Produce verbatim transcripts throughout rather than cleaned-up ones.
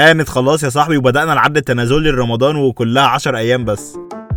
هانت خلاص يا صاحبي، وبدأنا العد التنازلي لرمضان وكلها عشر ايام بس.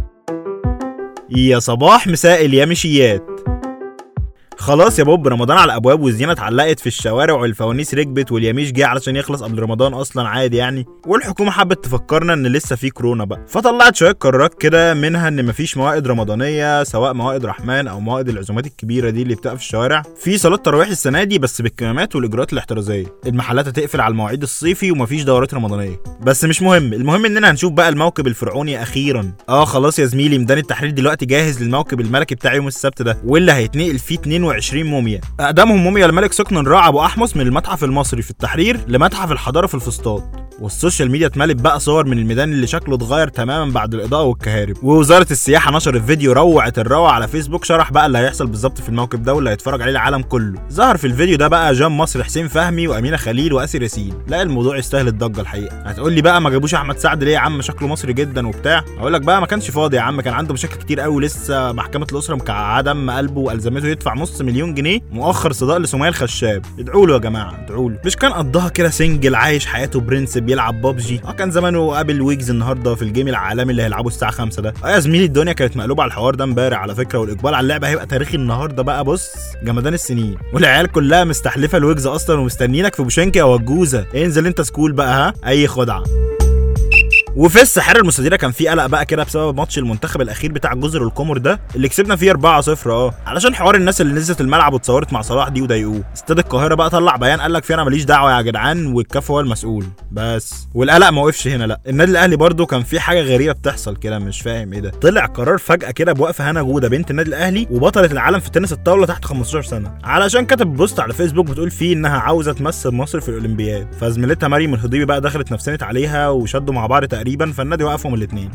يا صباح مساء اليامشيات. خلاص يا بوب، رمضان على الابواب والزينه اتعلقت في الشوارع والفوانيس ركبت واليميش جه علشان يخلص قبل رمضان اصلا عادي يعني، والحكومه حبت تفكرنا ان لسه في كورونا بقى، فطلعت شويه قرارات كده، منها ان مفيش موائد رمضانيه سواء موائد رحمن او موائد العزومات الكبيره دي اللي بتبقى في الشوارع، في صلاه تراويح السنه دي بس بالكمامات والاجراءات الاحترازيه، المحلات هتقفل على المواعيد الصيفي ومفيش دورات رمضانيه، بس مش مهم، المهم اننا هنشوف بقى الموكب الفرعوني اخيرا. اه خلاص يا زميلي، ميدان التحرير دلوقتي جاهز للموكب الملكي بتاع يوم السبت ده، واللي هيتنقل فيه اتنين وعشرين موميا، اقدمهم موميا الملك سكن الراع ابو احمس من المتحف المصري في التحرير لمتحف الحضاره في الفسطاط. والسوشيال ميديا اتملت بقى صور من الميدان اللي شكله اتغير تماما بعد الاضاءه والكهارب، ووزاره السياحه نشرت فيديو روعه الروعه على فيسبوك شرح بقى اللي هيحصل بالظبط في الموكب ده واللي هيتفرج عليه العالم كله. ظهر في الفيديو ده بقى جام مصر حسين فهمي وامينه خليل واسر ياسين. لا الموضوع يستاهل الضجه الحقيقه. هتقول لي بقى ما جابوش احمد سعد ليه يا عم، شكله مصري جدا وبتاع؟ اقول لك بقى ما كانش فاضي يا عم، كان عنده مشاكل كتير قوي، لسه محكمه الاسره مكعده دم قلبه والزمته يدفع نص مليون جنيه مؤخر صداق لسمية الخشاب. ادعوا له يا جماعه ادعوا له، مش كان قضاها كده سنجل عايش حياته برنس بيلعب بابجي؟ اه كان زمانه قابل ويجز النهارده في الجيم العالمي اللي هيلعبه الساعه خمسة ده. اه يا زميلي الدنيا كانت مقلوبه على الحوار ده امبارح على فكره، والاقبال على اللعبه هيبقى تاريخي النهارده بقى، بص جمدان السنين، والعيال كلها مستحلفه الويجز اصلا ومستنيينك في بوشنكي يا وجوزه. انزل انت سكول بقى ها اي خدعه. وفي السحاره المستديره كان في قلق بقى كده بسبب ماتش المنتخب الاخير بتاع جزر القمر ده اللي كسبنا فيه أربعة صفر، اه علشان حوار الناس اللي نزلت الملعب واتصورت مع صلاح دي وضايقوه. استاد القاهره بقى طلع بيان قال لك فيه انا ماليش دعوه يا جدعان والكاف هو المسؤول بس. والقلق ما وقفش هنا، لا النادي الاهلي برده كان في حاجه غريبه بتحصل كده مش فاهم ايه ده. طلع قرار فجاه كده بوقف هنا جوده بنت النادي الاهلي وبطله العالم في التنس الطاوله تحت خمستاشر سنه، علشان كتب بوست على فيسبوك بتقول فيه انها عاوزه تمثل مصر في الاولمبياد. فزميلتها مريم الهضيبي بقى دخلت نفسنت عليها وشدوا مع بعض تقريبا، فالنادي وقف من الاثنين.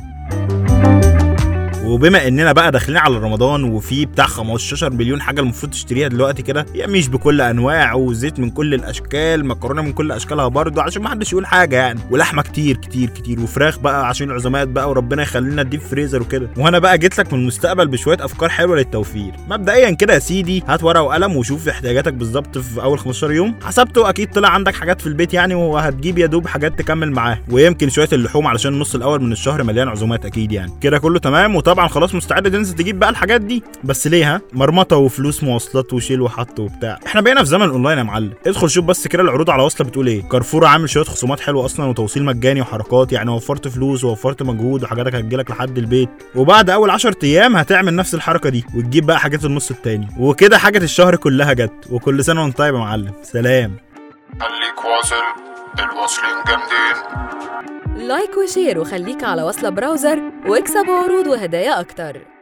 وبما اننا بقى داخلين على رمضان وفي بتاع خمستاشر مليون حاجه المفروض تشتريها دلوقتي كده، يميش بكل انواعه وزيت من كل الاشكال، مكرونه من كل اشكالها برضه عشان ما حدش يقول حاجه يعني، ولحمه كتير كتير كتير، وفراخ بقى عشان العزومات بقى وربنا يخلينا الديب فريزر وكده. وانا بقى جيت لك من المستقبل بشويه افكار حلوه للتوفير. مبدئيا كده يا سيدي هات ورقه وقلم وشوف احتياجاتك بالظبط في اول خمستاشر يوم، حسبته اكيد طلع عندك حاجات في البيت يعني، وهتجيب يا دوب حاجات تكمل معاه، ويمكن شويه اللحوم علشان النص الاول من الشهر مليان عزومات اكيد يعني. كده كله تمام، وطبعا خلاص مستعد تنزل تجيب بقى الحاجات دي، بس ليه ها مرمطه وفلوس مواصلات وشيل وحط وبتاع. احنا بقينا في زمن اونلاين يا معلم. ادخل شوف بس كده العروض على وصله بتقول ايه. كارفور عامل شويه خصومات حلوه اصلا وتوصيل مجاني وحركات، يعني وفرت فلوس ووفرت مجهود وحاجاتك هتجيلك لحد البيت، وبعد اول عشر ايام هتعمل نفس الحركه دي وتجيب بقى حاجات النص التاني، وكده حاجه الشهر كلها جت. وكل سنه وانت طيب يا معلم. سلام. خليك واصل، الواصلين جامدين. لايك وشير وخليك على وصلة براوزر واكسب عروض وهدايا اكتر.